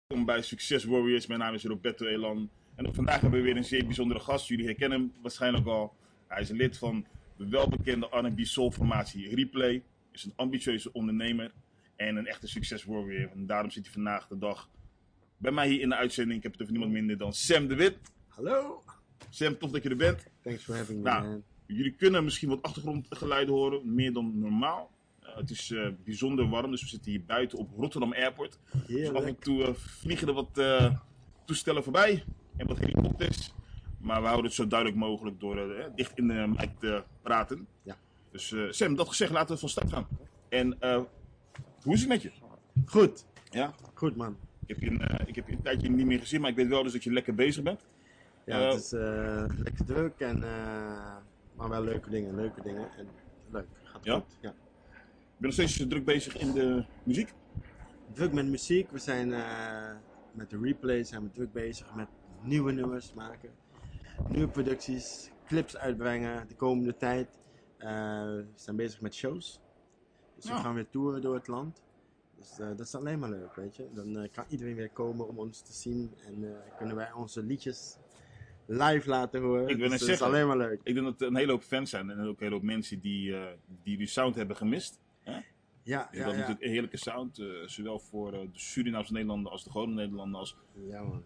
Welkom bij Succes Warriors. Mijn naam is Roberto Elan. En ook vandaag hebben we weer een zeer bijzondere gast. Jullie herkennen hem waarschijnlijk al. Hij is een lid van de welbekende R&B soul formatie Replay. Is een ambitieuze ondernemer en een echte Succes Warrior. En daarom zit hij vandaag de dag bij mij hier in de uitzending. Ik heb het over niemand minder dan Sam de Wit. Hallo. Sam, tof dat je er bent. Thanks for having me, Nou, man. jullie kunnen misschien wat achtergrondgeluiden horen, meer dan normaal. Het is bijzonder warm, dus we zitten hier buiten op Rotterdam Airport. Dus af en Heerlijk. toe vliegen er wat toestellen voorbij en wat helikopters. Maar we houden het zo duidelijk mogelijk door dicht in de mic te praten. Ja. Dus Sam, dat gezegd, laten we van start gaan. En hoe is het met je? Goed. Ja? Goed, man. Ik heb je een tijdje niet meer gezien, maar ik weet wel dus dat je lekker bezig bent. Ja, het is lekker druk en maar wel leuke dingen. En leuk. Gaat Ja? goed. Ja. Ik ben nog steeds druk bezig in de muziek. Druk met muziek. We zijn met de replay zijn we druk bezig met nieuwe nummers maken. Nieuwe producties, clips uitbrengen de komende tijd. We zijn bezig met shows. Dus we Ja. gaan weer toeren door het land. Dus dat is alleen maar leuk, weet je. Dan kan iedereen weer komen om ons te zien. En kunnen wij onze liedjes live laten horen. Ik wil Dus net dat zeggen, is alleen maar leuk. ik denk dat er een hele hoop fans zijn en ook een hele hoop mensen die sound hebben gemist. Hè? Ja, Dus dat is natuurlijk een heerlijke sound, zowel voor de Surinaamse Nederlander als de gewone Nederlander. Als, Ja, man.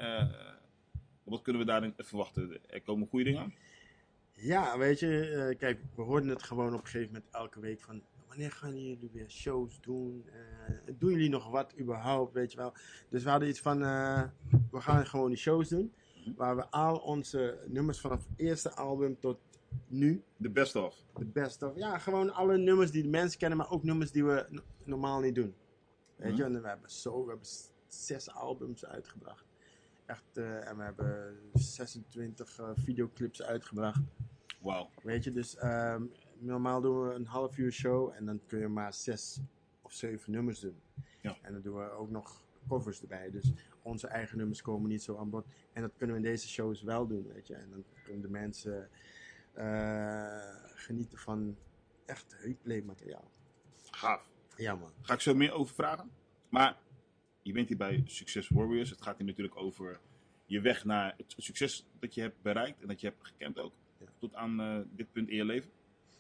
wat kunnen we daarin verwachten? Er komen goede dingen aan? Ja, weet je, kijk, we hoorden het gewoon op een gegeven moment elke week van... Wanneer gaan jullie weer shows doen? Doen jullie nog wat überhaupt, weet je wel? Dus we hadden iets van, we gaan gewoon die shows doen. Waar we al onze nummers vanaf het eerste album tot nu, De best of. de best of... Ja, gewoon alle nummers die de mensen kennen, maar ook nummers die we normaal niet doen. Weet je, en we hebben 6 albums uitgebracht. Echt, en we hebben 26 videoclips uitgebracht. Wauw. Weet je, dus normaal doen we een half uur show en dan kun je maar 6 of 7 nummers doen. Ja. En dan doen we ook nog covers erbij. Dus onze eigen nummers komen niet zo aan bod. En dat kunnen we in deze shows wel doen, weet je. En dan kunnen de mensen genieten van echt replay materiaal. Gaaf. Ja, man. Ga ik zo meer over vragen. Maar je bent hier bij Succes Warriors. Het gaat hier natuurlijk over je weg naar het succes dat je hebt bereikt en dat je hebt gekend ook. Ja. Tot aan dit punt in je leven.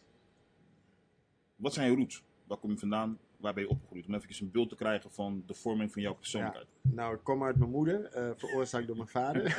Wat zijn je roots? Waar kom je vandaan? Waar ben je opgegroeid? Om even een beeld te krijgen van de vorming van jouw persoonlijkheid. Ja, nou, ik kom uit mijn moeder, veroorzaakt door mijn vader.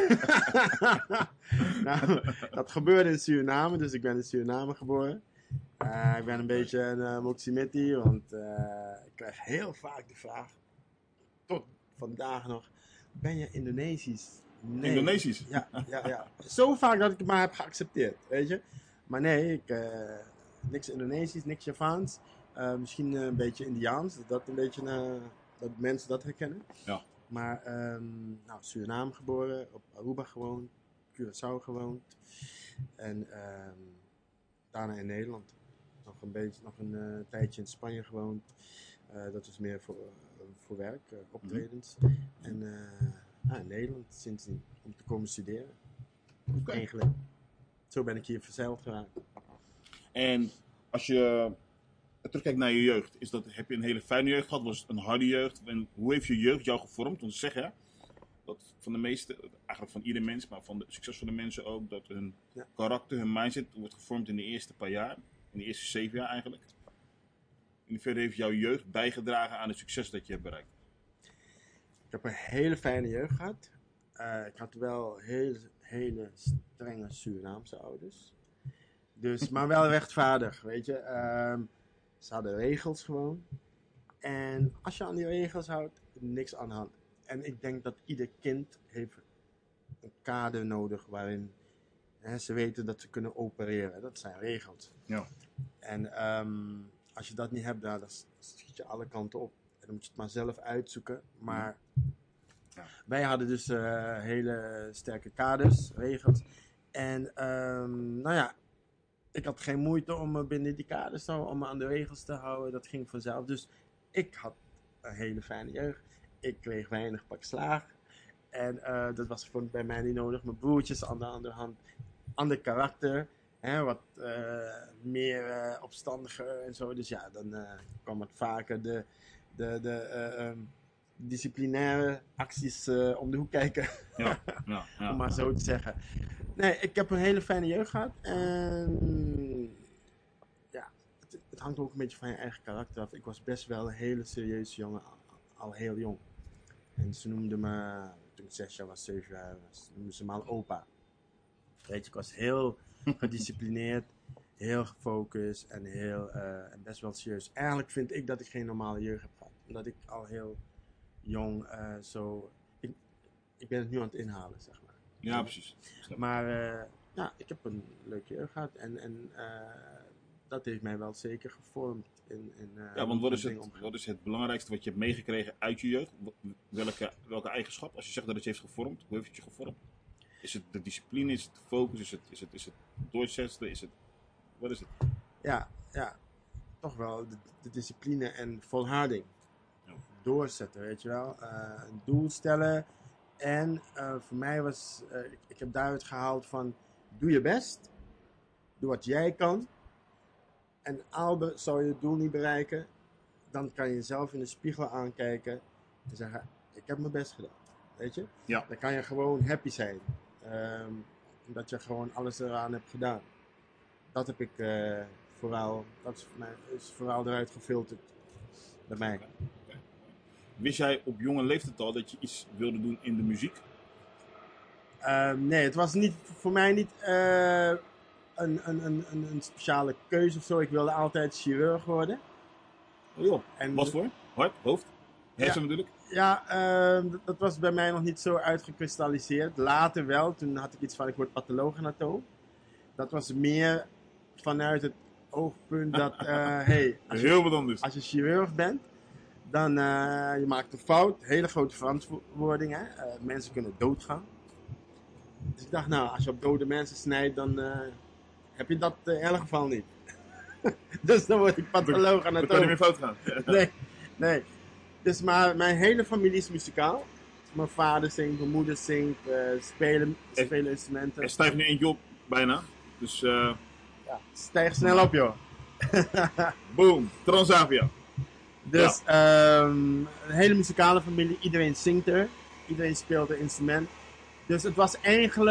Nou, dat gebeurde in Suriname, dus ik ben in Suriname geboren. Ik ben een beetje een Moximetti, want ik krijg heel vaak de vraag, tot vandaag nog, ben je Indonesisch? Nee. Indonesisch? Ja. Zo vaak dat ik het maar heb geaccepteerd, weet je. Maar nee, niks Indonesisch, niks Javaans. Misschien een beetje Indiaans, dat mensen dat herkennen. Ja. Maar nou, Suriname geboren, op Aruba gewoond, Curaçao gewoond. En daarna in Nederland. Nog een tijdje in Spanje gewoond. Dat was meer voor werk, optredens. En in Nederland sindsdien, om te komen studeren. Oké. Eigenlijk. Zo ben ik hier verzeild geraakt. En als je terugkijkt naar je jeugd, heb je een hele fijne jeugd gehad? Was het een harde jeugd? En hoe heeft je jeugd jou gevormd? Want ze zeggen dat van de meeste, eigenlijk van ieder mens, maar van de succesvolle mensen ook, dat hun karakter, hun mindset wordt gevormd in de eerste paar jaar. In de eerste 7 jaar eigenlijk. In hoeverre heeft jouw jeugd bijgedragen aan het succes dat je hebt bereikt? Ik heb een hele fijne jeugd gehad. Ik had wel hele strenge Surinaamse ouders. Dus, maar wel rechtvaardig, weet je. Ze hadden regels gewoon. En als je aan die regels houdt, niks aan de hand. En ik denk dat ieder kind heeft een kader nodig waarin ze weten dat ze kunnen opereren. Dat zijn regels. Ja. En als je dat niet hebt, dan schiet je alle kanten op. En dan moet je het maar zelf uitzoeken. Maar wij hadden dus hele sterke kaders, regels. En nou ja, ik had geen moeite om me binnen die kaders te houden, om me aan de regels te houden. Dat ging vanzelf. Dus ik had een hele fijne jeugd. Ik kreeg weinig pak slaag. En dat was bij mij niet nodig. Mijn broertjes aan de andere hand, ander karakter. Wat meer opstandiger en zo. Dus ja, dan kwam het vaker de disciplinaire acties om de hoek kijken. Ja. Om maar zo te zeggen. Nee, ik heb een hele fijne jeugd gehad. En ja, het hangt ook een beetje van je eigen karakter af. Ik was best wel een hele serieuze jongen, al heel jong. En ze noemden me, toen ik 6 jaar was, 7 jaar was, noemden ze me al opa. Weet je, ik was heel gedisciplineerd, heel gefocust en en best wel serieus. Eigenlijk vind ik dat ik geen normale jeugd heb gehad. Omdat ik al heel jong ik ben het nu aan het inhalen, zeg maar. Ja, precies. Maar ja, ik heb een leuke jeugd gehad en dat heeft mij wel zeker gevormd. Ja, want wat is het belangrijkste wat je hebt meegekregen uit je jeugd? Welke eigenschap? Als je zegt dat het je heeft gevormd, hoe heeft het je gevormd? Is het de discipline? Is het de focus? Is het doorzetten? Wat is het? Ja, toch wel de discipline en volharding. Ja. Doorzetten, weet je wel. Een doel stellen. En voor mij was, ik heb daaruit gehaald van, doe je best. Doe wat jij kan. En al zou je het doel niet bereiken, dan kan je jezelf in de spiegel aankijken en zeggen, ik heb mijn best gedaan. Weet je? Ja. Dan kan je gewoon happy zijn. Omdat je gewoon alles eraan hebt gedaan. Dat heb ik is vooral eruit gefilterd bij mij. Okay. Wist jij op jonge leeftijd al dat je iets wilde doen in de muziek? Nee, het was voor mij niet een speciale keuze of zo. Ik wilde altijd chirurg worden. Oh joh, wat voor? Hart, hoofd? Hersen natuurlijk? Ja, dat was bij mij nog niet zo uitgekristalliseerd. Later wel, toen had ik iets van, ik word patholoog-anatoom. Dat was meer vanuit het oogpunt dat, als je chirurg bent, dan je maakt een fout, hele grote verantwoording. Hè? Mensen kunnen doodgaan. Dus ik dacht, nou, als je op dode mensen snijdt, dan heb je dat in elk geval niet. Dus dan word ik patholoog-anatoom. Dan kan je meer fout gaan. Nee. Dus maar mijn hele familie is muzikaal. Mijn vader zingt, mijn moeder zingt, spelen instrumenten. Er stijgt nu eentje op, bijna. Dus ja, stijg snel op, joh. Boom, Transavia. Dus een hele muzikale familie, iedereen zingt er. Iedereen speelt een instrument. Dus het was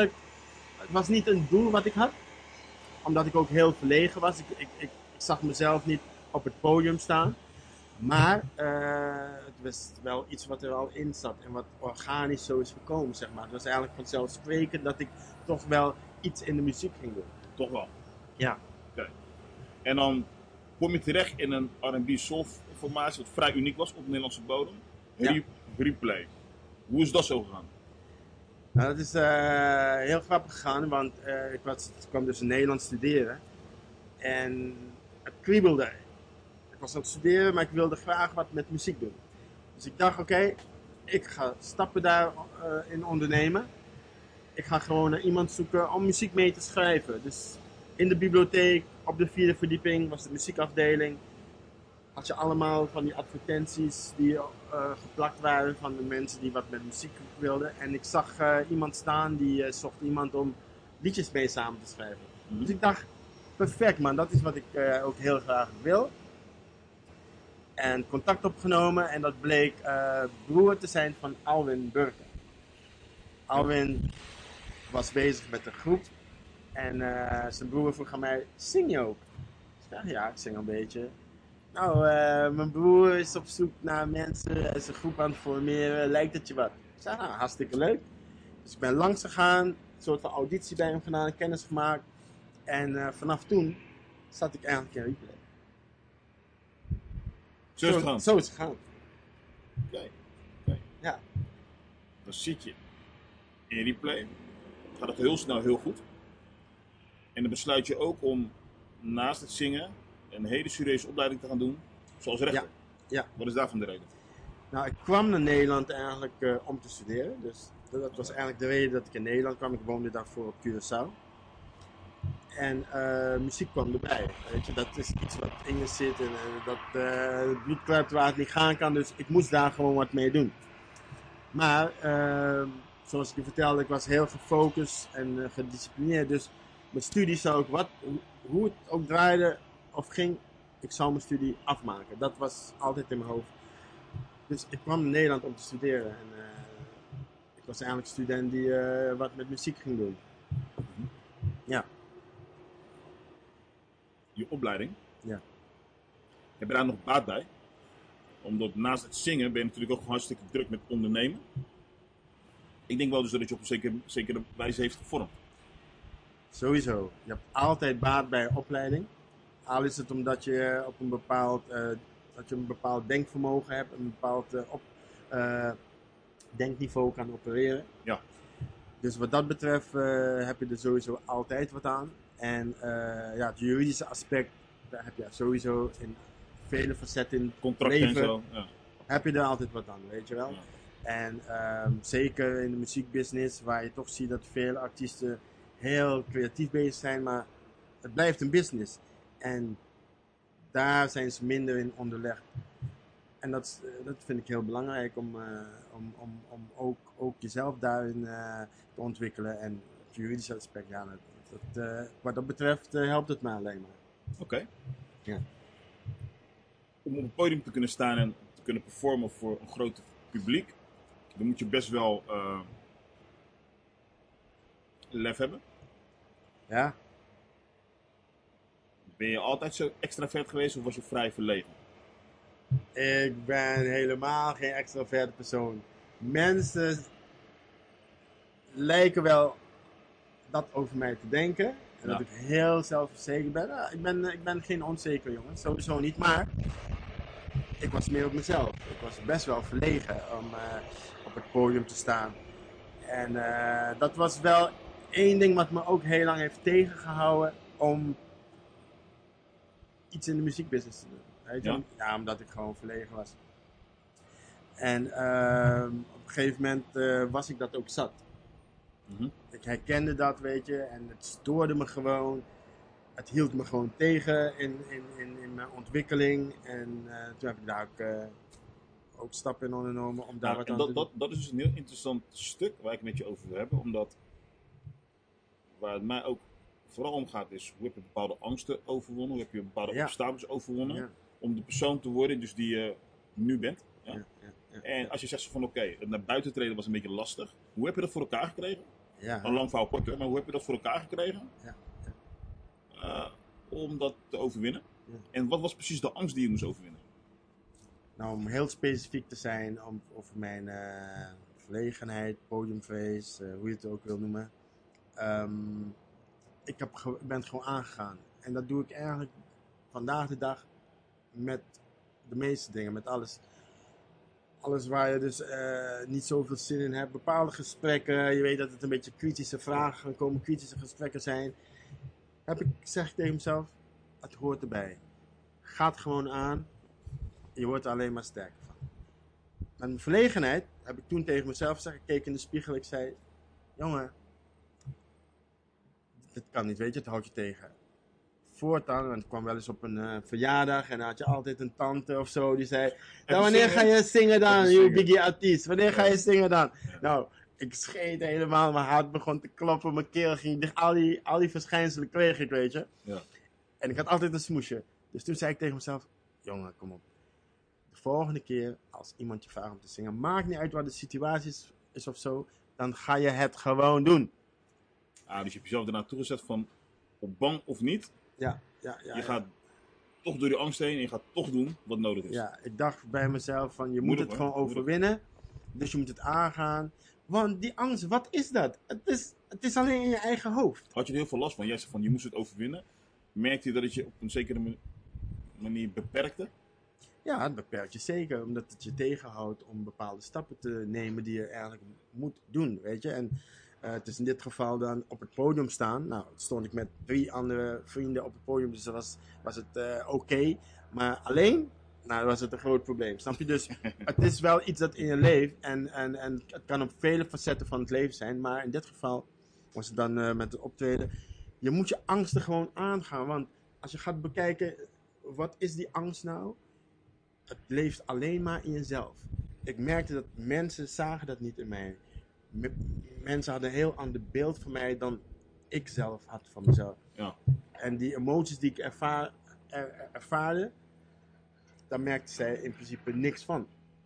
niet een doel wat ik had. Omdat ik ook heel verlegen was. Ik zag mezelf niet op het podium staan. Maar het was wel iets wat er al in zat en wat organisch zo is gekomen, zeg maar. Het was eigenlijk vanzelfsprekend dat ik toch wel iets in de muziek ging doen. Toch wel? Ja. Okay. En dan kom je terecht in een R&B soul formatie wat vrij uniek was op de Nederlandse bodem. Replay. Hoe is dat zo gegaan? Nou, dat is heel grappig gegaan, want ik kwam dus in Nederland studeren. En het kriebelde. Ik was aan het studeren, maar ik wilde graag wat met muziek doen. Dus ik dacht, oké, ik ga stappen daarin ondernemen. Ik ga gewoon naar iemand zoeken om muziek mee te schrijven. Dus in de bibliotheek, op de 4e verdieping, was de muziekafdeling. Had je allemaal van die advertenties die geplakt waren van de mensen die wat met muziek wilden. En ik zag iemand staan die zocht iemand om liedjes mee samen te schrijven. Dus ik dacht, perfect man, dat is wat ik ook heel graag wil. En contact opgenomen en dat bleek broer te zijn van Alwin Burken. Alwin was bezig met een groep en zijn broer vroeg aan mij, zing je ook? Ik zei, ja, ik zing een beetje. Nou, mijn broer is op zoek naar mensen, hij is een groep aan het formeren, lijkt het je wat? Ik zei, nou, hartstikke leuk. Dus ik ben langs gegaan, een soort van auditie bij hem gedaan, kennis gemaakt. En vanaf toen zat ik eigenlijk in Replay. Zo is het gegaan. Oké. Ja. Dan zit je in Replay. Gaat het heel snel heel goed. En dan besluit je ook om naast het zingen een hele serieuze opleiding te gaan doen. Zoals rechter. Ja. Wat is daarvan de reden? Nou, ik kwam naar Nederland eigenlijk om te studeren. Dus dat was eigenlijk de reden dat ik in Nederland kwam. Ik woonde daarvoor op Curaçao. En muziek kwam erbij. Weet je, dat is iets wat in je zit en dat het bloed kruipt waar het niet gaan kan. Dus ik moest daar gewoon wat mee doen. Maar zoals ik je vertelde, ik was heel gefocust en gedisciplineerd. Dus mijn studie zou ik hoe het ook draaide of ging, ik zou mijn studie afmaken. Dat was altijd in mijn hoofd. Dus ik kwam in Nederland om te studeren. En ik was eigenlijk een student die wat met muziek ging doen. Ja. Je opleiding. Ja. Heb je daar nog baat bij? Omdat naast het zingen ben je natuurlijk ook hartstikke druk met ondernemen. Ik denk wel dus dat het je op een zekere wijze heeft gevormd. Sowieso. Je hebt altijd baat bij een opleiding. Al is het omdat je op een bepaald denkvermogen hebt, een bepaald denkniveau kan opereren. Ja. Dus wat dat betreft heb je er sowieso altijd wat aan. En het juridische aspect, daar heb je sowieso in vele facetten in het Contracten leven, en zo. Ja. heb je er altijd wat aan, weet je wel. Ja. En zeker in de muziekbusiness, waar je toch ziet dat veel artiesten heel creatief bezig zijn, maar het blijft een business. En daar zijn ze minder in onderlegd. En dat vind ik heel belangrijk om ook jezelf daarin te ontwikkelen. En het juridische aspect, ja, wat dat betreft helpt het me alleen maar. Oké. Ja. Om op een podium te kunnen staan en te kunnen performen voor een groot publiek, dan moet je best wel lef hebben. Ja. Ben je altijd zo extravert geweest of was je vrij verlegen? Ik ben helemaal geen extraverte persoon. Mensen lijken wel dat over mij te denken. En dat ik heel zelfverzekerd ben. Nou, ik ben geen onzeker jongen, sowieso niet. Maar ik was meer op mezelf. Ik was best wel verlegen om op het podium te staan. En dat was wel één ding wat me ook heel lang heeft tegengehouden om iets in de muziekbusiness te doen. Weet je? Ja, omdat ik gewoon verlegen was. En op een gegeven moment was ik dat ook zat. Mm-hmm. Ik herkende dat, weet je, en het stoorde me gewoon. Het hield me gewoon tegen in mijn ontwikkeling. En toen heb ik daar ook stappen in ondernomen om daar wat aan te doen. Dat is dus een heel interessant stuk waar ik met je over wil hebben. Omdat waar het mij ook vooral om gaat is, hoe heb je bepaalde angsten overwonnen? Hoe heb je bepaalde obstakels overwonnen? Om de persoon te worden dus die je nu bent. Ja? En als je zegt van oké, het naar buiten treden was een beetje lastig. Hoe heb je dat voor elkaar gekregen? Een lang verhaal kort, maar hoe heb je dat voor elkaar gekregen? Om dat te overwinnen? En wat was precies de angst die je moest overwinnen? Nou, om heel specifiek te zijn over mijn verlegenheid, podiumvrees, hoe je het ook wil noemen. Ik ben het gewoon aangegaan. En dat doe ik eigenlijk vandaag de dag met de meeste dingen, met alles. Alles waar je dus niet zoveel zin in hebt. Bepaalde gesprekken, je weet dat het een beetje kritische vragen gaan komen, kritische gesprekken zijn. Zeg ik tegen mezelf, het hoort erbij. Ga het gewoon aan. Je wordt er alleen maar sterker van. Met mijn verlegenheid heb ik toen tegen mezelf gezegd, ik keek in de spiegel, ik zei, jongen, dit kan niet, weet je, het houdt je tegen. Voortaan, want ik kwam wel eens op een verjaardag en dan had je altijd een tante of zo die zei, nou, wanneer ga je zingen dan, you biggie artiest, wanneer ga je zingen dan? Nou, ik scheet helemaal, mijn hart begon te kloppen, mijn keel ging dicht, al die verschijnselen kreeg ik, weet je. Ja. En ik had altijd een smoesje. Dus toen zei ik tegen mezelf, jongen, kom op. De volgende keer, als iemand je vraagt om te zingen, maakt niet uit wat de situatie is of zo, dan ga je het gewoon doen. Dus je hebt jezelf ernaar toegezet van, op bang of niet, ja, je gaat toch door die angst heen en je gaat toch doen wat nodig is. Ja, ik dacht bij mezelf van, je moet het gewoon overwinnen. Dus je moet het aangaan. Want die angst, wat is dat? Het is alleen in je eigen hoofd. Had je er heel veel last van? Jij zegt van, je moest het overwinnen. Merkte je dat het je op een zekere manier beperkte? Ja, het beperkt je zeker. Omdat het je tegenhoudt om bepaalde stappen te nemen die je eigenlijk moet doen, weet je. En het is in dit geval dan op het podium staan. Nou, stond ik met 3 andere vrienden op het podium, dus dat was het oké. Maar alleen, nou, was het een groot probleem. Snap je? Dus het is wel iets dat in je leeft en het kan op vele facetten van het leven zijn. Maar in dit geval was het dan met het optreden. Je moet je angsten gewoon aangaan, want als je gaat bekijken, wat is die angst nou? Het leeft alleen maar in jezelf. Ik merkte dat mensen zagen dat niet in mij. Mensen hadden een heel ander beeld van mij dan ik zelf had van mezelf. Ja. En die emoties die ik ervaarde, daar merkte zij in principe niks van.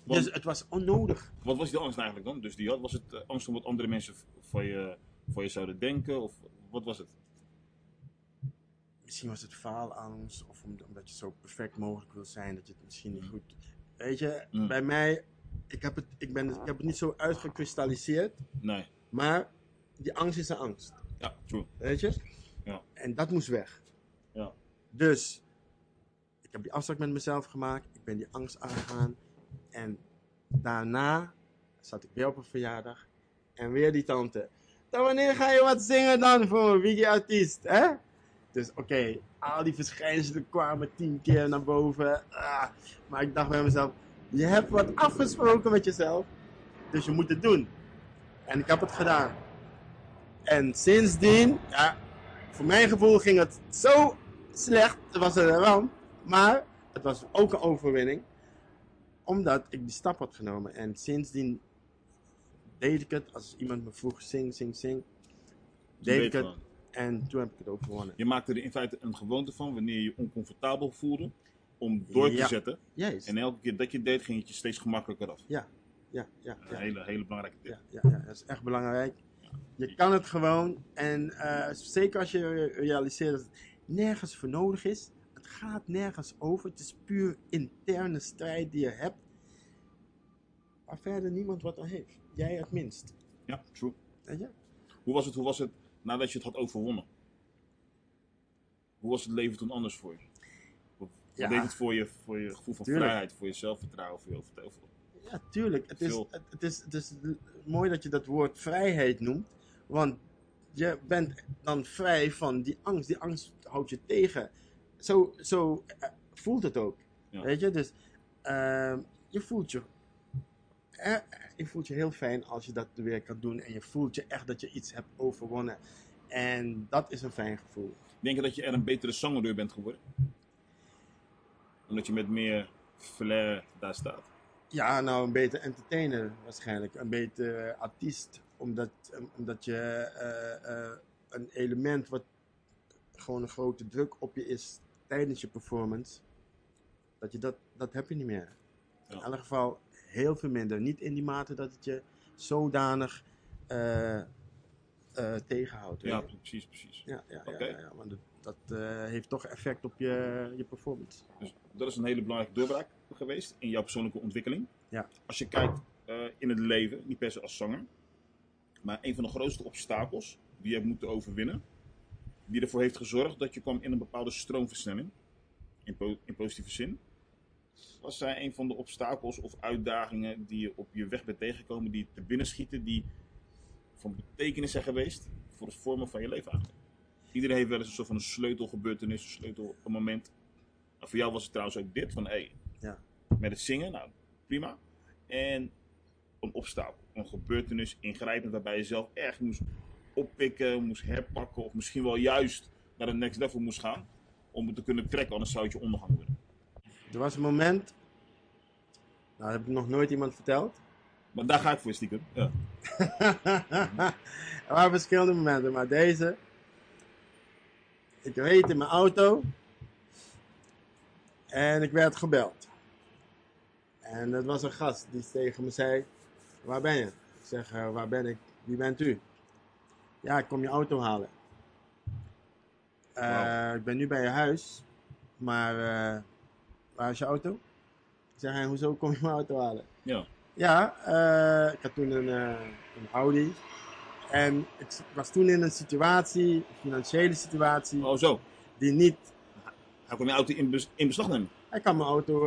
Dus het was onnodig. Wat was die angst eigenlijk dan? Dus die had, was het angst om wat andere mensen van je zouden denken? Of wat was het? Misschien was het faalangst, of omdat je zo perfect mogelijk wil zijn, dat je het misschien niet goed... Weet je, bij mij, ik heb het niet zo uitgekristalliseerd, Nee. maar die angst is een angst. Ja, true. Weet je? Ja. En dat moest weg. Ja. Dus, ik heb die afspraak met mezelf gemaakt, ik ben die angst aangegaan. En daarna zat ik weer op een verjaardag en weer die tante. Dan wanneer ga je wat zingen dan voor Wiggy Artiest, hè? Dus oké, al die verschijnselen kwamen 10 keer naar boven. Maar ik dacht bij mezelf, je hebt wat afgesproken met jezelf, dus je moet het doen. En ik heb het gedaan. En sindsdien, ja, voor mijn gevoel ging het zo slecht. Het was een ramp, maar het was ook een overwinning. Omdat ik die stap had genomen. En sindsdien deed ik het. Als iemand me vroeg, zing. Deed ik het. En toen heb ik het overwonnen. Je maakte er in feite een gewoonte van wanneer je je oncomfortabel voelde. Om door te zetten. Juist. En elke keer dat je het deed, ging het je steeds gemakkelijker af. Ja. Een hele belangrijke tip. Ja, dat is echt belangrijk. Je kan het gewoon. En zeker als je realiseert dat het nergens voor nodig is. Het gaat nergens over. Het is puur interne strijd die je hebt. Waar verder niemand wat aan heeft. Jij het minst. Ja, true. Weet je? Hoe was het nadat je het had overwonnen? Hoe was het leven toen anders voor je? Wat deed het voor je gevoel van vrijheid, voor je zelfvertrouwen, voor je overtuiging? Ja, tuurlijk. Het is mooi dat je dat woord vrijheid noemt. Want je bent dan vrij van die angst. Die angst houdt je tegen. Zo voelt het ook. Ja. Weet je? Dus je voelt je heel fijn als je dat weer kan doen. En je voelt je echt dat je iets hebt overwonnen. En dat is een fijn gevoel. Denk je dat je er een betere zanger door bent geworden? Omdat je met meer flair daar staat. Ja, nou een beter entertainer waarschijnlijk. Een beter artiest. Omdat je een element wat gewoon een grote druk op je is tijdens je performance. Dat heb je niet meer. Ja. In elk geval heel veel minder. Niet in die mate dat het je zodanig tegenhoudt. Ja, weet je? precies. Ja, Oké. want dat heeft toch effect op je performance. Dus dat is een hele belangrijke doorbraak geweest in jouw persoonlijke ontwikkeling. Ja. Als je kijkt in het leven, niet per se als zanger, maar een van de grootste obstakels die je hebt moeten overwinnen, die ervoor heeft gezorgd dat je kwam in een bepaalde stroomversnelling, in positieve zin. Wat zijn een van de obstakels of uitdagingen die je op je weg bent tegengekomen, die te binnen schieten, die van betekenis zijn geweest voor het vormen van je leven eigenlijk? Iedereen heeft wel eens een soort van een sleutelgebeurtenis, een moment. Nou, voor jou was het trouwens ook dit, van met het zingen, nou prima. En een obstakel, een gebeurtenis, ingrijpend, waarbij je zelf echt moest oppikken, moest herpakken, of misschien wel juist naar de next level moest gaan, om het te kunnen trekken, anders zou het je ondergang worden. Er was een moment, nou dat heb ik nog nooit iemand verteld. Maar daar ga ik voor, stiekem. Ja. Er waren verschillende momenten, maar deze. Ik reed in mijn auto en ik werd gebeld. En dat was een gast die tegen me zei, waar ben je? Ik zeg, waar ben ik? Wie bent u? Ja, ik kom je auto halen. Wow. Ik ben nu bij je huis, maar waar is je auto? Ik zeg, hoezo kom je mijn auto halen? Ja. Ja, ik had toen een Audi. En ik was toen in een financiële situatie, Oh zo. die niet... Hij kon je auto in beslag nemen. Hij kan mijn auto,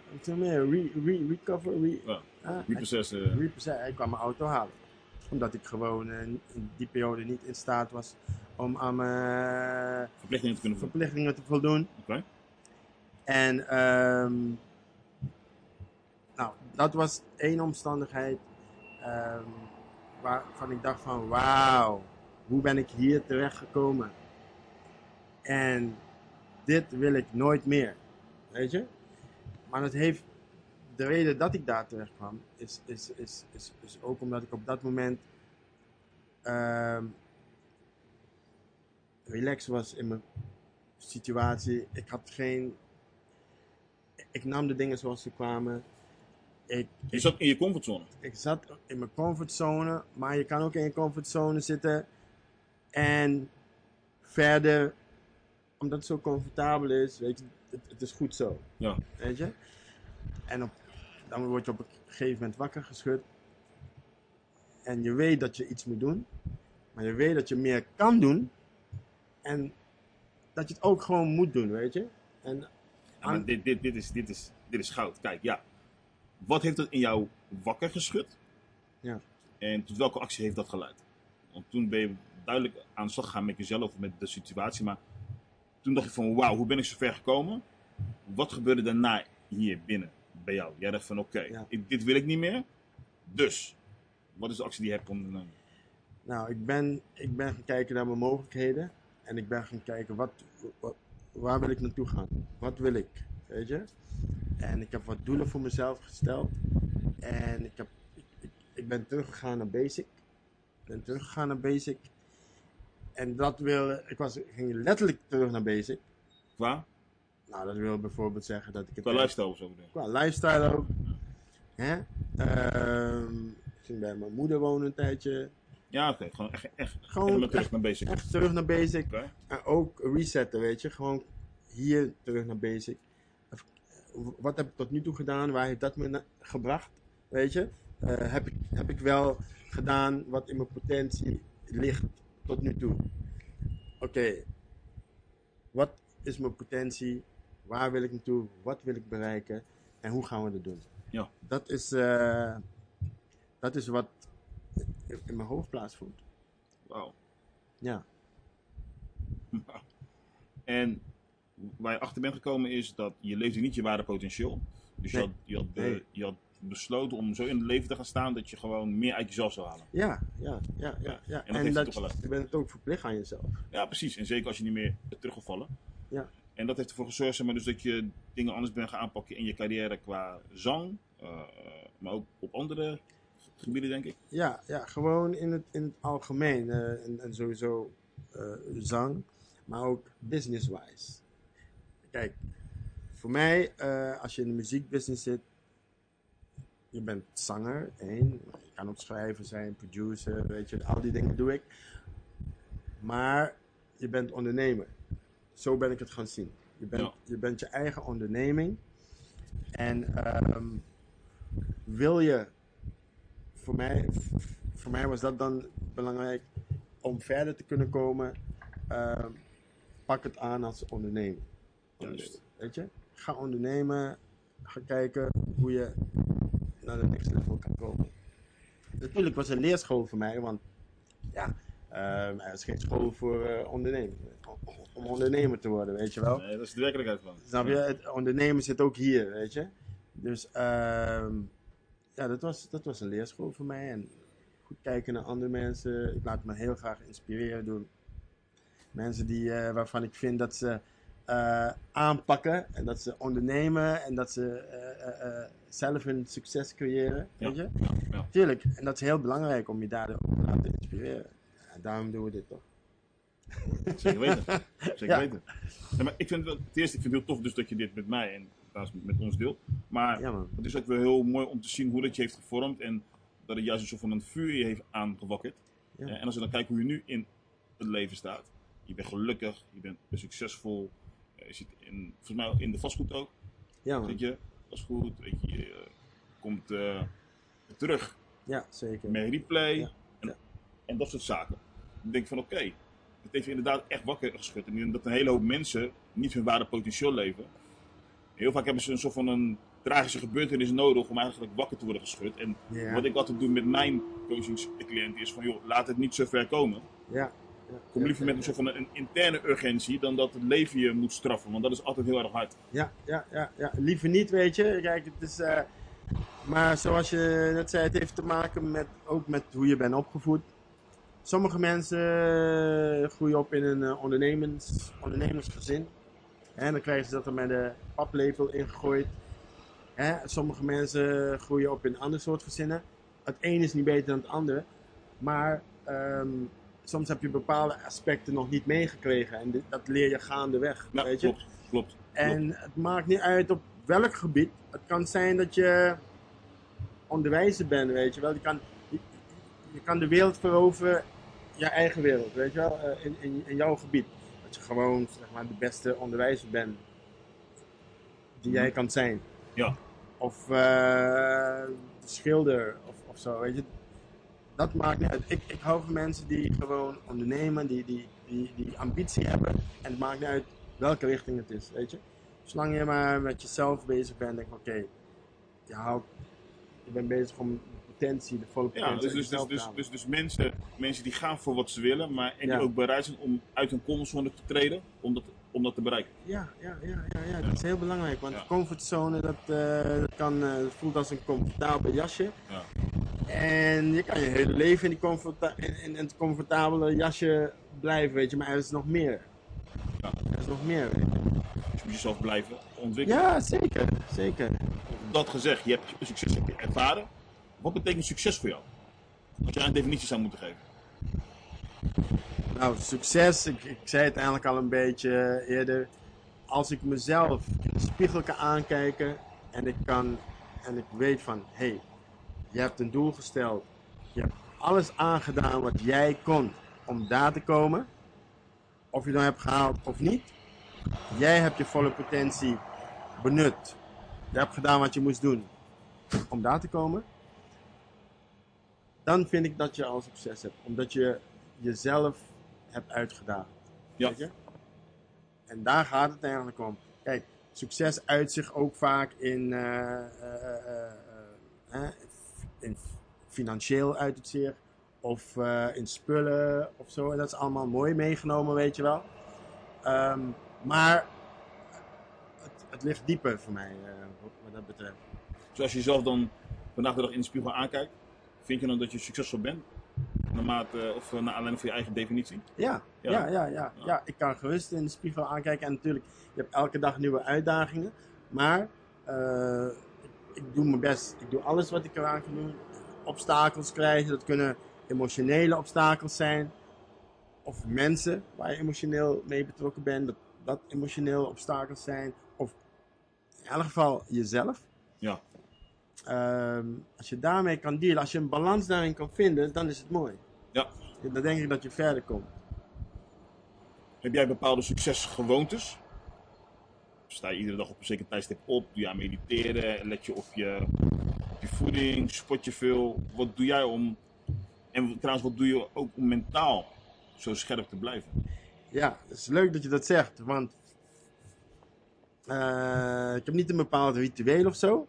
Repossess. Hij kwam mijn auto halen. Omdat ik gewoon in die periode niet in staat was om aan mijn verplichtingen te voldoen. Oké. En nou, dat was één omstandigheid waarvan ik dacht van wauw, hoe ben ik hier terecht gekomen? En dit wil ik nooit meer, weet je? Maar het heeft, de reden dat ik daar terecht kwam, is ook omdat ik op dat moment relaxed was in mijn situatie. Ik nam de dingen zoals ze kwamen. Je zat in je comfortzone. Ik zat in mijn comfortzone, maar je kan ook in je comfortzone zitten en verder, omdat het zo comfortabel is, weet je, het is goed zo. Ja. Weet je? En dan word je op een gegeven moment wakker geschud. En je weet dat je iets moet doen. Maar je weet dat je meer kan doen. En dat je het ook gewoon moet doen, weet je? En Ja, maar dit is goud. Kijk, ja. Wat heeft het in jou wakker geschud? Ja. En tot welke actie heeft dat geleid? Want toen ben je duidelijk aan de slag gegaan met jezelf, met de situatie. Maar toen dacht je van, wauw, hoe ben ik zo ver gekomen? Wat gebeurde daarna hier binnen bij jou? Jij dacht van, oké, dit wil ik niet meer. Dus, wat is de actie die je hebt ondernomen? Nou, ik ben gaan kijken naar mijn mogelijkheden. En ik ben gaan kijken, waar wil ik naartoe gaan? Wat wil ik? Weet je? En ik heb wat doelen voor mezelf gesteld. En ik ben teruggegaan naar basic. En ging letterlijk terug naar basic. Qua? Nou, dat wil bijvoorbeeld zeggen dat ik het... Qua lifestyle of zo? Qua lifestyle ook. Hè? Ik ging bij mijn moeder wonen een tijdje. Ja, oké. Gewoon echt terug naar basic. Echt terug naar basic. Okay. En ook resetten, weet je. Gewoon hier terug naar basic. Wat heb ik tot nu toe gedaan? Waar heeft dat me gebracht? Weet je? Heb ik wel gedaan wat in mijn potentie ligt tot nu toe? Oké. Wat is mijn potentie? Waar wil ik naartoe? Wat wil ik bereiken? En hoe gaan we dat doen? Ja. Dat is wat in mijn hoofd plaatsvindt. Wauw. Ja. En waar je achter bent gekomen is dat je leefde niet je ware potentieel. Dus je had besloten om zo in het leven te gaan staan dat je gewoon meer uit jezelf zou halen. Ja. En dat je bent het ook verplicht aan jezelf. Ja, precies. En zeker als je niet meer bent teruggevallen. Ja. En dat heeft ervoor gezorgd, zeg maar, dus dat je dingen anders bent gaan aanpakken in je carrière qua zang. Maar ook op andere gebieden, denk ik. Ja, gewoon in het algemeen. En sowieso zang. Maar ook business-wise. Kijk, voor mij, als je in de muziekbusiness zit, je bent zanger, je kan ook schrijver zijn, producer, weet je, al die dingen doe ik. Maar je bent ondernemer. Zo ben ik het gaan zien. Je bent je eigen onderneming. En wil je, voor mij was dat dan belangrijk, om verder te kunnen komen, pak het aan als ondernemer. Juist. Weet je? Ga ondernemen, ga kijken hoe je naar de next level kan komen. Natuurlijk was het een leerschool voor mij, want ja, er is geen school voor ondernemen. Om ondernemer te worden, weet je wel. Nee, dat is de werkelijkheid van. Snap je? Het ondernemen zit ook hier, weet je. Dus ja, dat was een leerschool voor mij. En goed kijken naar andere mensen. Ik laat me heel graag inspireren door mensen waarvan ik vind dat ze aanpakken. En dat ze ondernemen. En dat ze zelf hun succes creëren. Weet je? Ja. Tuurlijk. En dat is heel belangrijk om je daardoor te laten inspireren. En daarom doen we dit toch. Zeker weten. Weten. Ja, maar ik vind het heel tof dus dat je dit met mij en met ons deelt. Maar het is ook wel heel mooi om te zien hoe dat je heeft gevormd. En dat het juist een soort van een vuur je heeft aangewakkerd. Ja. En als we dan kijken hoe je nu in het leven staat. Je bent gelukkig, je bent succesvol. Je zit volgens mij in de vastgoed ook. Ja, man. Weet je, vastgoed. Weet je komt terug. Ja, zeker. Met replay. Ja. En dat soort zaken. Dan denk ik van oké, het heeft inderdaad echt wakker geschud. En dat een hele hoop mensen niet hun ware potentieel leven. Heel vaak hebben ze een soort van een tragische gebeurtenis nodig om eigenlijk wakker te worden geschud. En wat ik altijd doe met mijn coachingscliënten is van joh, laat het niet zo ver komen. Ja. Kom liever met een soort van een interne urgentie dan dat het leven je moet straffen. Want dat is altijd heel erg hard. Ja. Liever niet, weet je. Kijk, het is... maar zoals je net zei, het heeft te maken ook met hoe je bent opgevoed. Sommige mensen groeien op in een ondernemersgezin. En dan krijgen ze dat er met de paplepel ingegooid. Sommige mensen groeien op in een ander soort gezinnen. Het een is niet beter dan het andere. Maar soms heb je bepaalde aspecten nog niet meegekregen. En dat leer je gaandeweg. Ja, weet je? Klopt. En het maakt niet uit op welk gebied. Het kan zijn dat je onderwijzer bent, weet je wel. Je kan de wereld veroveren, je eigen wereld, weet je wel, in jouw gebied. Dat je gewoon, zeg maar, de beste onderwijzer bent die jij kan zijn. Ja. Of schilder, of zo, weet je. Dat maakt niet uit. Ik hou van mensen die gewoon ondernemen, die ambitie hebben. En het maakt niet uit welke richting het is, weet je. Zolang je maar met jezelf bezig bent, denk ik, oké, je bent bezig om de volle potentie Ja, uit jezelf te halen. dus mensen die gaan voor wat ze willen, maar en die ook bereid zijn om uit hun comfortzone te treden om dat te bereiken. Ja, dat is heel belangrijk, want de comfortzone, dat voelt als een comfortabel jasje. Ja. En je kan je hele leven in het comfortabele jasje blijven, weet je, maar er is nog meer. Ja. Er is nog meer, weet je. Dus je moet jezelf blijven ontwikkelen. Ja, zeker. Dat gezegd, je hebt succes ervaren. Wat betekent succes voor jou? Als jij een definitie zou moeten geven. Nou, succes, ik zei het eigenlijk al een beetje eerder. Als ik mezelf in de spiegel kan aankijken en ik weet van, hé, je hebt een doel gesteld. Je hebt alles aangedaan wat jij kon om daar te komen. Of je dan hebt gehaald of niet. Jij hebt je volle potentie benut. Je hebt gedaan wat je moest doen om daar te komen. Dan vind ik dat je al succes hebt. Omdat je jezelf hebt uitgedaagd. Ja. Weet je? En daar gaat het eigenlijk om. Kijk, succes uit zich ook vaak in financieel uit het zich. Of in spullen of zo. En dat is allemaal mooi meegenomen, weet je wel. Maar het ligt dieper voor mij, wat dat betreft. Zoals je jezelf dan vandaag de dag in de spiegel aankijkt, vind je dan dat je succesvol bent? Naar aanleiding van je eigen definitie? Ja. Ik kan gerust in de spiegel aankijken. En natuurlijk, je hebt elke dag nieuwe uitdagingen. Maar ik doe mijn best. Ik doe alles wat ik eraan kan doen. Obstakels krijgen, dat kunnen emotionele obstakels zijn. Of mensen waar je emotioneel mee betrokken bent, dat emotionele obstakels zijn. Of in elk geval jezelf. Ja. Als je daarmee kan dealen, als je een balans daarin kan vinden, dan is het mooi. Ja. Dan denk ik dat je verder komt. Heb jij bepaalde succesgewoontes? Sta je iedere dag op een zeker tijdstip op? Doe je aan mediteren? Let je op je voeding? Sport je veel? Wat doe jij om... En trouwens, wat doe je ook om mentaal zo scherp te blijven? Ja, het is leuk dat je dat zegt, want ik heb niet een bepaald ritueel of zo.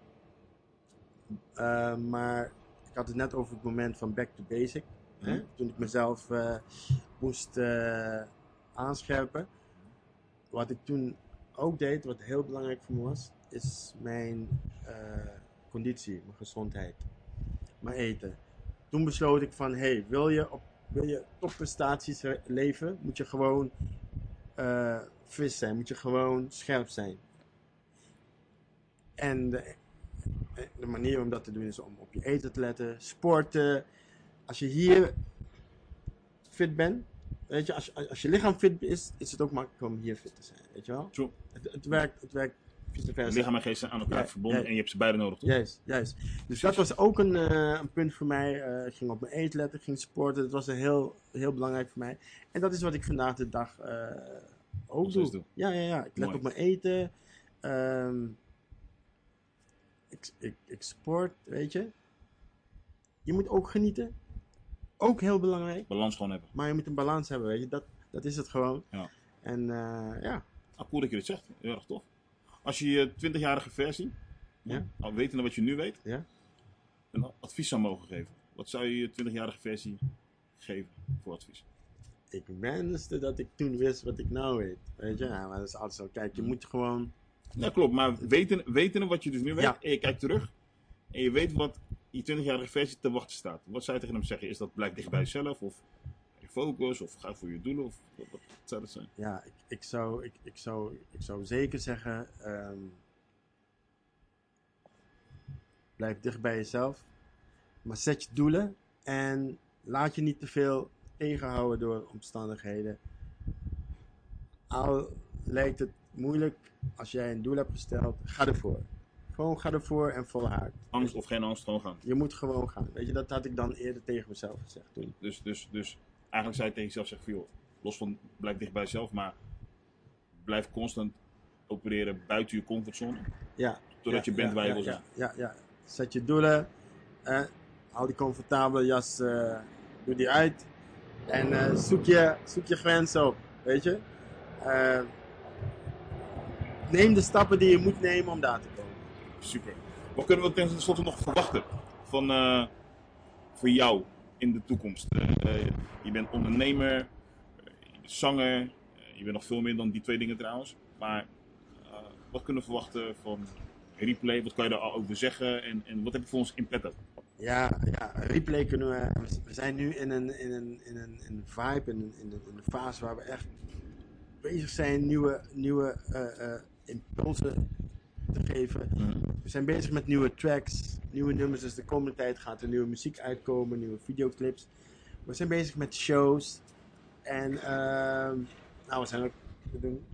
Maar ik had het net over het moment van back to basic. Hè? Toen ik mezelf moest aanscherpen. Wat ik toen ook deed, wat heel belangrijk voor me was, is mijn conditie, mijn gezondheid, mijn eten. Toen besloot ik van, hey, wil je topprestaties leveren, moet je gewoon fris zijn, moet je gewoon scherp zijn. En de manier om dat te doen is om op je eten te letten, sporten. Als je hier fit bent, weet je, als je lichaam fit is het ook makkelijk om hier fit te zijn, weet je wel? True. Het werkt vice versa. Lichaam en geest zijn aan elkaar verbonden en je hebt ze beide nodig, toch? Juist. Dus dat was ook een punt voor mij. Ik ging op mijn eten letten, ik ging sporten. Dat was heel, heel belangrijk voor mij. En dat is wat ik vandaag de dag ook doe. Ja. Ik let Mooi. op mijn eten. Ik sport, weet je. Je moet ook genieten. Ook heel belangrijk. Balans gewoon hebben. Maar je moet een balans hebben, weet je. Dat is het gewoon. Ja. En ja. Cool dat je dit zegt. Heel erg tof. Als je je 20-jarige versie, al wetende wat je nu weet, een advies zou mogen geven. Wat zou je je 20-jarige versie geven voor advies? Ik wenste dat ik toen wist wat ik nou weet. Weet je, maar dat is altijd zo. Kijk, je moet gewoon... Ja, klopt. Maar wetende wat je dus nu weet, en je kijkt terug, en je weet wat je 20-jarige versie te wachten staat. Wat zou je tegen hem zeggen? Is dat blijf dicht bij jezelf? Of focus? Of ga voor je doelen? Of wat zou dat zijn? Ja, ik zou zeker zeggen... blijf dicht bij jezelf. Maar zet je doelen. En laat je niet te veel tegenhouden door omstandigheden. Al lijkt het moeilijk, als jij een doel hebt gesteld, ga ervoor. Gewoon ga ervoor en volhard. Angst of geen angst, gewoon gaan. Je moet gewoon gaan. Weet je, dat had ik dan eerder tegen mezelf gezegd toen. Dus eigenlijk zou je tegen jezelf zeggen, joh, los van blijf dicht bij jezelf, maar blijf constant opereren buiten je comfortzone. Ja. Totdat je bent waar je wil zijn. Ja. Zet je doelen. Hou die comfortabele jas, doe die uit. En zoek je grenzen op. Weet je. Neem de stappen die je moet nemen om daar te komen. Super. Wat kunnen we ten slotte nog verwachten van voor jou in de toekomst? Je bent ondernemer, je bent zanger, je bent nog veel meer dan die 2 dingen trouwens. Maar wat kunnen we verwachten van Replay? Wat kan je daar al over zeggen? En wat heb je voor ons in petto? Ja, Replay kunnen we zijn nu in een vibe, in een fase waar we echt bezig zijn nieuwe impulsen te geven. We zijn bezig met nieuwe tracks, nieuwe nummers, dus de komende tijd gaat er nieuwe muziek uitkomen, nieuwe videoclips. We zijn bezig met shows en we doen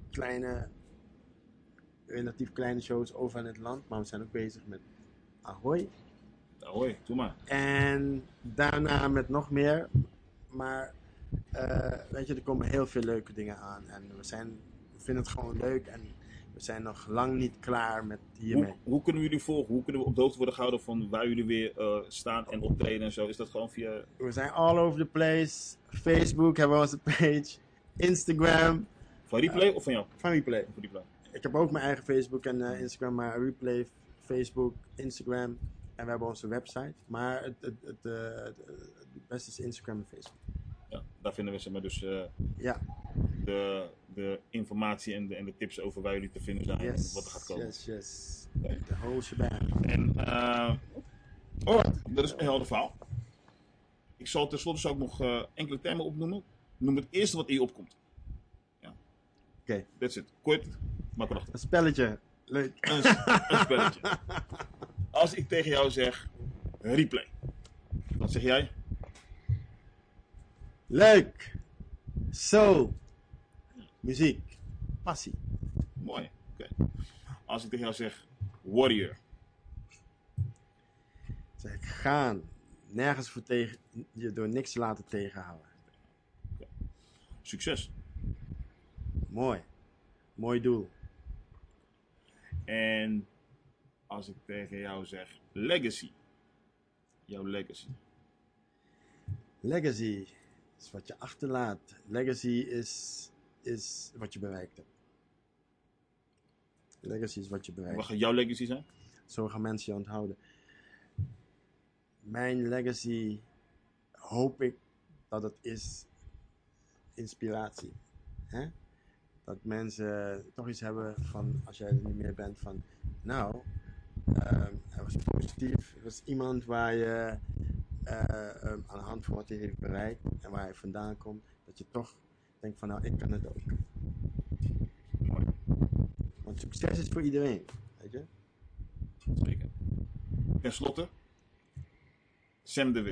relatief kleine shows over in het land, maar we zijn ook bezig met Ahoy. Ahoy, doe maar. En daarna met nog meer, maar weet je, er komen heel veel leuke dingen aan en we vinden het gewoon leuk en we zijn nog lang niet klaar met hiermee. Hoe kunnen we jullie volgen? Hoe kunnen we op de hoogte worden gehouden van waar jullie weer staan en optreden en zo? Is dat gewoon via... We zijn all over the place. Facebook hebben we onze page. Instagram. Van Replay of van jou? Van Replay. Van Replay. Ik heb ook mijn eigen Facebook en Instagram, maar Replay, Facebook, Instagram. En we hebben onze website. Maar het beste is Instagram en Facebook. Ja, daar vinden we ze maar dus ja. de informatie en de tips over waar jullie te vinden zijn en wat er gaat komen. Yes. De whole shebang. En dat is een helder verhaal. Ik zal tenslotte ook nog enkele termen opnoemen. Noem het eerste wat in je opkomt. Ja. Oké. That's it. Kort, maar krachtig. Een spelletje. Leuk. Een spelletje. Als ik tegen jou zeg Replay, wat zeg jij? Leuk. Soul. Muziek. Passie. Mooi. Okay. Als ik tegen jou zeg Warrior, zeg ik gaan. Nergens voor je door niks te laten tegenhouden. Okay. Succes. Mooi doel. En als ik tegen jou zeg legacy, jouw legacy. Legacy is wat je achterlaat. Legacy is wat je bereikt hebt. Legacy is wat je bereikt. Wat gaat jouw legacy zijn? Zo gaan mensen je onthouden. Mijn legacy hoop ik dat het is inspiratie. Hè? Dat mensen toch iets hebben van, als jij er niet meer bent, van nou, hij was positief. Er was iemand waar je aan de hand van wat hij heeft bereikt en waar hij vandaan komt, dat je toch denkt van nou, ik kan het ook. Mooi. Want succes is voor iedereen, weet je? Zeker. Ten slotte, Sam de Wit.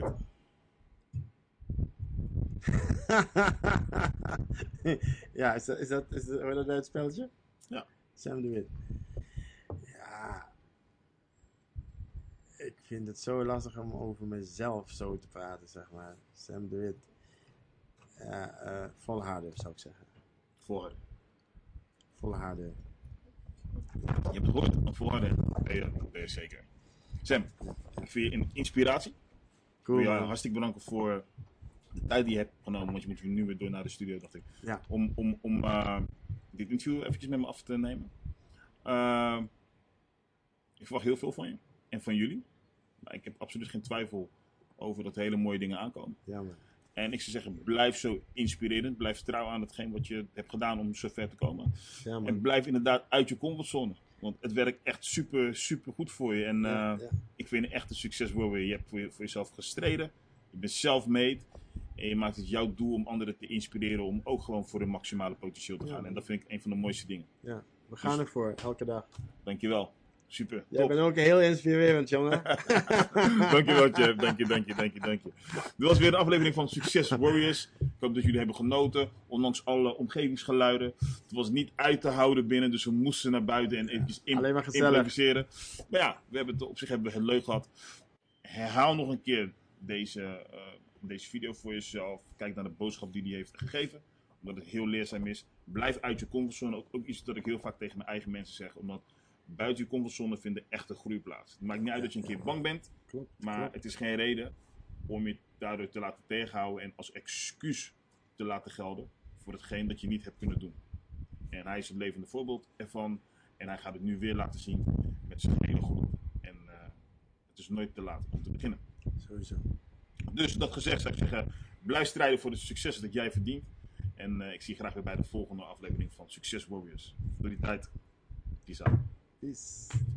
Ja, is dat hoor dat uit het spelletje? Ja. Sam de Wit. Ja. Ik vind het zo lastig om over mezelf zo te praten, zeg maar. Sam de Wit. Ja, volharden zou ik zeggen. Volharden. Je hebt het gehoord, volharden. Ben je zeker. Sam, ik vind je een inspiratie. Cool. Ik wil je hartstikke bedanken voor de tijd die je hebt genomen, want je moet nu weer door naar de studio, dacht ik. Ja. Om dit interview eventjes met me af te nemen. Ik verwacht heel veel van je en van jullie. Maar ik heb absoluut geen twijfel over dat hele mooie dingen aankomen. Ja, man. En ik zou zeggen, blijf zo inspirerend. Blijf trouw aan hetgeen wat je hebt gedaan om zo ver te komen. Ja, man. En blijf inderdaad uit je comfortzone. Want het werkt echt super, super goed voor je. En ik vind het echt een succes worden. Je hebt voor jezelf gestreden. Je bent self-made. En je maakt het jouw doel om anderen te inspireren. Om ook gewoon voor hun maximale potentieel te gaan. En dat vind ik een van de mooiste dingen. Ja, we gaan ervoor, elke dag. Dankjewel. Super. Jij Top. bent ook heel inspirerend, jongen. Dankjewel, Jeff. Dank je. Dit was weer een aflevering van Success Warriors. Ik hoop dat jullie hebben genoten, ondanks alle omgevingsgeluiden. Het was niet uit te houden binnen, dus we moesten naar buiten en eventjes Alleen maar gezellig. improviseren. Maar ja, op zich hebben we het leuk gehad. Herhaal nog een keer deze video voor jezelf. Kijk naar de boodschap die hij heeft gegeven. Omdat het heel leerzaam is. Blijf uit je comfortzone. Ook iets dat ik heel vaak tegen mijn eigen mensen zeg. Omdat buiten je comfortzone vinden echt een groeiplaats. Het maakt niet uit dat je een keer bang bent. Maar het is geen reden om je daardoor te laten tegenhouden. En als excuus te laten gelden. Voor hetgeen dat je niet hebt kunnen doen. En hij is het levende voorbeeld ervan. En hij gaat het nu weer laten zien met zijn hele groep. En het is nooit te laat om te beginnen. Sowieso. Dus dat gezegd zou ik zeggen, blijf strijden voor de successen dat jij verdient. En ik zie je graag weer bij de volgende aflevering van Success Warriors. Door die tijd, peace out. Peace.